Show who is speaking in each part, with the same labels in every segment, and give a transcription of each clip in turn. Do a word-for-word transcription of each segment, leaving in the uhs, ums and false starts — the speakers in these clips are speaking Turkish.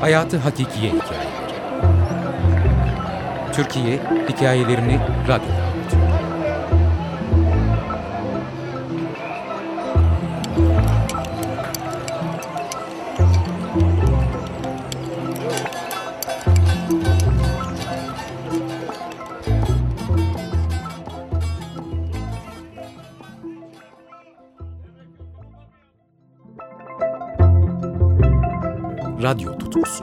Speaker 1: Hayatı hakikiye hikayeleri. Türkiye hikayelerini radyoda anlatıyor. Radyo tutkusu.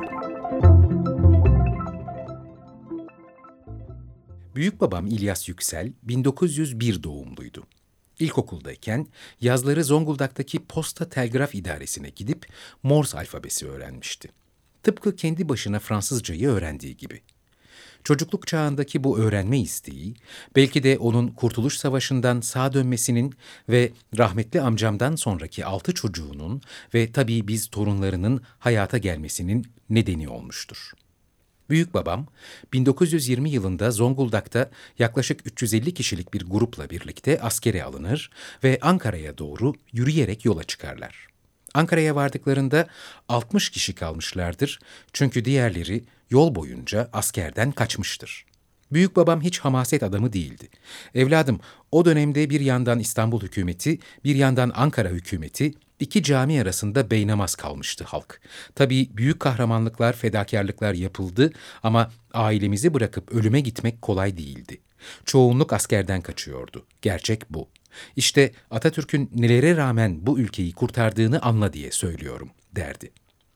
Speaker 1: Büyükbabam İlyas Yüksel bin dokuz yüz bir doğumluydu. İlkokuldayken yazları Zonguldak'taki Posta Telgraf İdaresi'ne gidip Morse alfabesi öğrenmişti. Tıpkı kendi başına Fransızcayı öğrendiği gibi. Çocukluk çağındaki bu öğrenme isteği, belki de onun Kurtuluş Savaşı'ndan sağ dönmesinin ve rahmetli amcamdan sonraki altı çocuğunun ve tabii biz torunlarının hayata gelmesinin nedeni olmuştur. Büyükbabam, bin dokuz yüz yirmi yılında Zonguldak'ta yaklaşık üç yüz elli kişilik bir grupla birlikte askere alınır ve Ankara'ya doğru yürüyerek yola çıkarlar. Ankara'ya vardıklarında altmış kişi kalmışlardır çünkü diğerleri yol boyunca askerden kaçmıştır. Büyükbabam hiç hamaset adamı değildi. Evladım, o dönemde bir yandan İstanbul hükümeti, bir yandan Ankara hükümeti, iki cami arasında beynamaz kalmıştı halk. Tabii büyük kahramanlıklar, fedakarlıklar yapıldı ama ailemizi bırakıp ölüme gitmek kolay değildi. Çoğunluk askerden kaçıyordu. Gerçek bu. İşte Atatürk'ün nelere rağmen bu ülkeyi kurtardığını anla diye söylüyorum, derdi.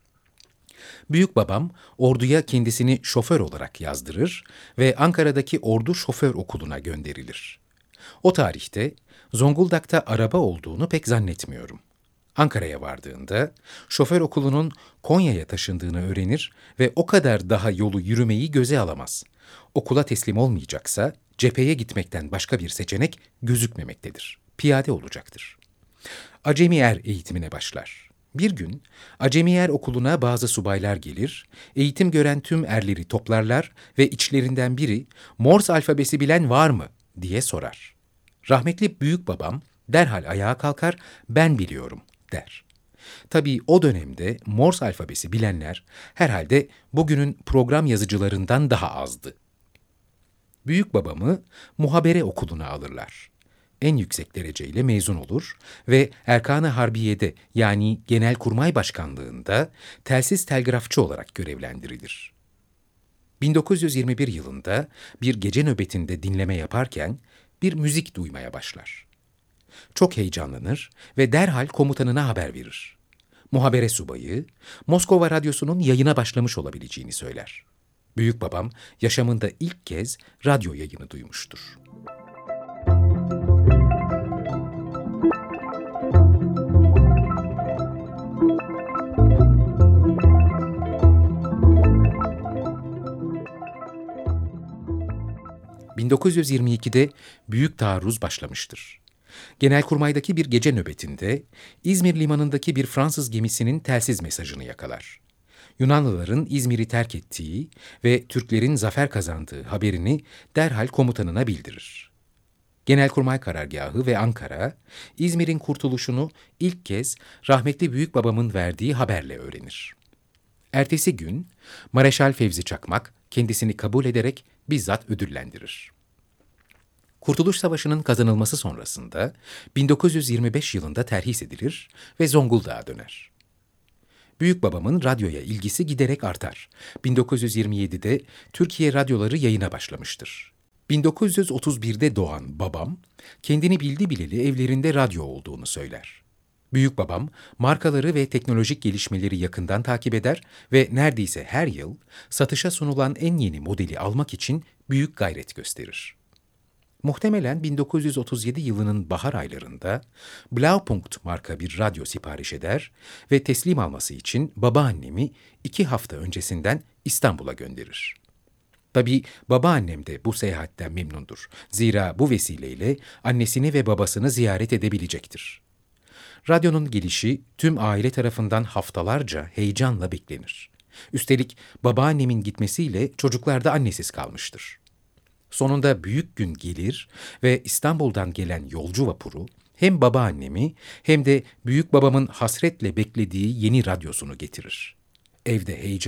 Speaker 1: Büyükbabam orduya kendisini şoför olarak yazdırır ve Ankara'daki Ordu Şoför Okulu'na gönderilir. O tarihte Zonguldak'ta araba olduğunu pek zannetmiyorum. Ankara'ya vardığında şoför okulunun Konya'ya taşındığını öğrenir ve o kadar daha yolu yürümeyi göze alamaz. Okula teslim olmayacaksa cepheye gitmekten başka bir seçenek gözükmemektedir. Piyade olacaktır. Acemi er eğitimine başlar. Bir gün Acemi Er Okulu'na bazı subaylar gelir, eğitim gören tüm erleri toplarlar ve içlerinden biri Morse alfabesi bilen var mı diye sorar. Rahmetli büyükbabam derhal ayağa kalkar, ben biliyorum der. Tabii o dönemde Morse alfabesi bilenler herhalde bugünün program yazıcılarından daha azdı. Büyükbabamı muhabere okuluna alırlar. En yüksek dereceyle mezun olur ve Erkan-ı Harbiye'de yani Genelkurmay Başkanlığı'nda telsiz telgrafçı olarak görevlendirilir. bin dokuz yüz yirmi bir yılında bir gece nöbetinde dinleme yaparken bir müzik duymaya başlar. Çok heyecanlanır ve derhal komutanına haber verir. Muhabere subayı, Moskova Radyosu'nun yayına başlamış olabileceğini söyler. Büyükbabam yaşamında ilk kez radyo yayını duymuştur. bin dokuz yüz yirmi ikide büyük taarruz başlamıştır. Genelkurmay'daki bir gece nöbetinde İzmir limanındaki bir Fransız gemisinin telsiz mesajını yakalar. Yunanlıların İzmir'i terk ettiği ve Türklerin zafer kazandığı haberini derhal komutanına bildirir. Genelkurmay Karargahı ve Ankara, İzmir'in kurtuluşunu ilk kez rahmetli büyükbabamın verdiği haberle öğrenir. Ertesi gün Mareşal Fevzi Çakmak kendisini kabul ederek bizzat ödüllendirir. Kurtuluş Savaşı'nın kazanılması sonrasında bin dokuz yüz yirmi beş yılında terhis edilir ve Zonguldak'a döner. Büyükbabamın radyoya ilgisi giderek artar. bin dokuz yüz yirmi yedide Türkiye radyoları yayına başlamıştır. bin dokuz yüz otuz birde doğan babam, kendini bildi bileli evlerinde radyo olduğunu söyler. Büyükbabam, markaları ve teknolojik gelişmeleri yakından takip eder ve neredeyse her yıl satışa sunulan en yeni modeli almak için büyük gayret gösterir. Muhtemelen bin dokuz yüz otuz yedi yılının bahar aylarında Blaupunkt marka bir radyo sipariş eder ve teslim alması için babaannemi iki hafta öncesinden İstanbul'a gönderir. Tabii babaannem de bu seyahatten memnundur. Zira bu vesileyle annesini ve babasını ziyaret edebilecektir. Radyonun gelişi tüm aile tarafından haftalarca heyecanla beklenir. Üstelik babaannemin gitmesiyle çocuklar da annesiz kalmıştır. Sonunda büyük gün gelir ve İstanbul'dan gelen yolcu vapuru hem babaannemi hem de büyükbabamın hasretle beklediği yeni radyosunu getirir. Evde heyecan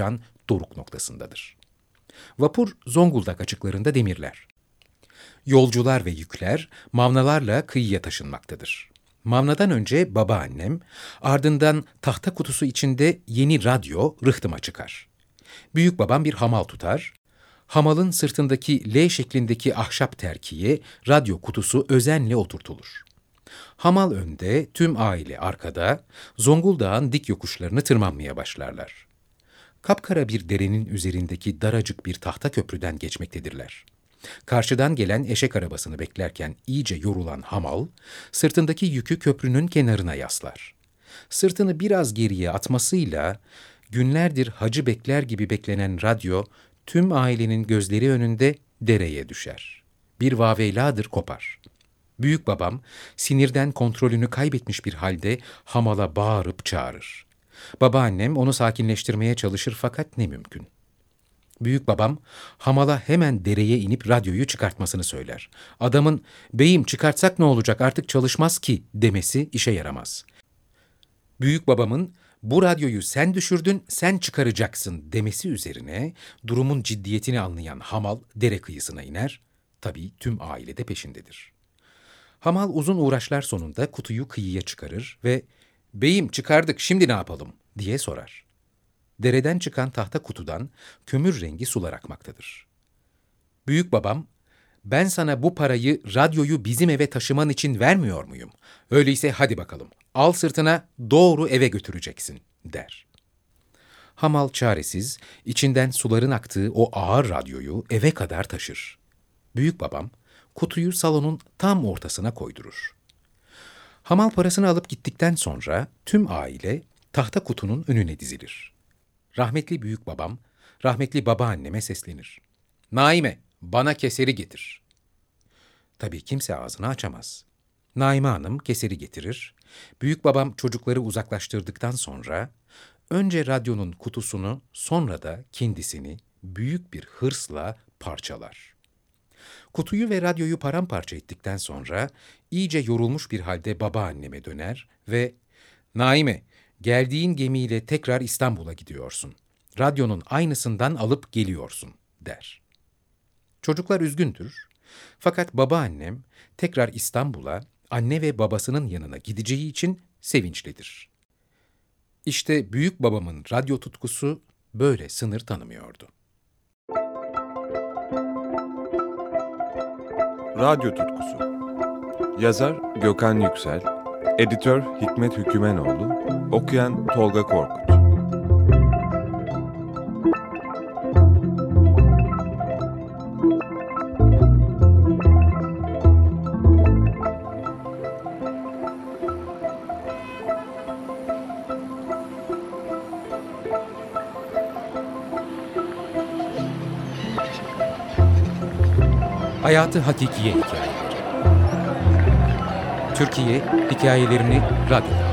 Speaker 1: doruk noktasındadır. Vapur Zonguldak açıklarında demirler. Yolcular ve yükler mavnalarla kıyıya taşınmaktadır. Mavnadan önce babaannem, ardından tahta kutusu içinde yeni radyo rıhtıma çıkar. Büyük babam bir hamal tutar. Hamalın sırtındaki L şeklindeki ahşap terkiye radyo kutusu özenle oturtulur. Hamal önde, tüm aile arkada, Zonguldak'ın dik yokuşlarını tırmanmaya başlarlar. Kapkara bir derenin üzerindeki daracık bir tahta köprüden geçmektedirler. Karşıdan gelen eşek arabasını beklerken iyice yorulan hamal, sırtındaki yükü köprünün kenarına yaslar. Sırtını biraz geriye atmasıyla, günlerdir hacı bekler gibi beklenen radyo, tüm ailenin gözleri önünde dereye düşer. Bir vaveyladır kopar. Büyük babam, sinirden kontrolünü kaybetmiş bir halde hamala bağırıp çağırır. Babaannem onu sakinleştirmeye çalışır fakat ne mümkün. Büyük babam hamala hemen dereye inip radyoyu çıkartmasını söyler. Adamın "Beyim çıkartsak ne olacak artık çalışmaz ki" demesi işe yaramaz. Büyük babamın "Bu radyoyu sen düşürdün, sen çıkaracaksın" demesi üzerine durumun ciddiyetini anlayan hamal dere kıyısına iner. Tabii tüm aile de peşindedir. Hamal uzun uğraşlar sonunda kutuyu kıyıya çıkarır ve "Beyim çıkardık, şimdi ne yapalım?" diye sorar. Dereden çıkan tahta kutudan kömür rengi sular akmaktadır. Büyük babam, "Ben sana bu parayı, radyoyu bizim eve taşıman için vermiyor muyum? Öyleyse hadi bakalım, al sırtına, doğru eve götüreceksin" der. Hamal çaresiz, içinden suların aktığı o ağır radyoyu eve kadar taşır. Büyük babam, kutuyu salonun tam ortasına koydurur. Hamal parasını alıp gittikten sonra tüm aile tahta kutunun önüne dizilir. Rahmetli büyük babam, rahmetli babaanneme seslenir. "Naime, bana keseri getir." Tabii kimse ağzını açamaz. Naime Hanım keseri getirir. Büyük babam çocukları uzaklaştırdıktan sonra önce radyonun kutusunu, sonra da kendisini büyük bir hırsla parçalar. Kutuyu ve radyoyu paramparça ettikten sonra iyice yorulmuş bir halde babaanneme döner ve "Naime, geldiğin gemiyle tekrar İstanbul'a gidiyorsun. Radyonun aynısından alıp geliyorsun" der. Çocuklar üzgündür. Fakat babaannem tekrar İstanbul'a, anne ve babasının yanına gideceği için sevinçlidir. İşte büyük babamın radyo tutkusu böyle sınır tanımıyordu.
Speaker 2: Radyo tutkusu. Yazar Gökhan Yüksel, editör Hikmet Hükümenoğlu, okuyan Tolga Korkut.
Speaker 1: Hayatı Hakikiye Hikayeleri. Türkiye hikayelerini radyoda.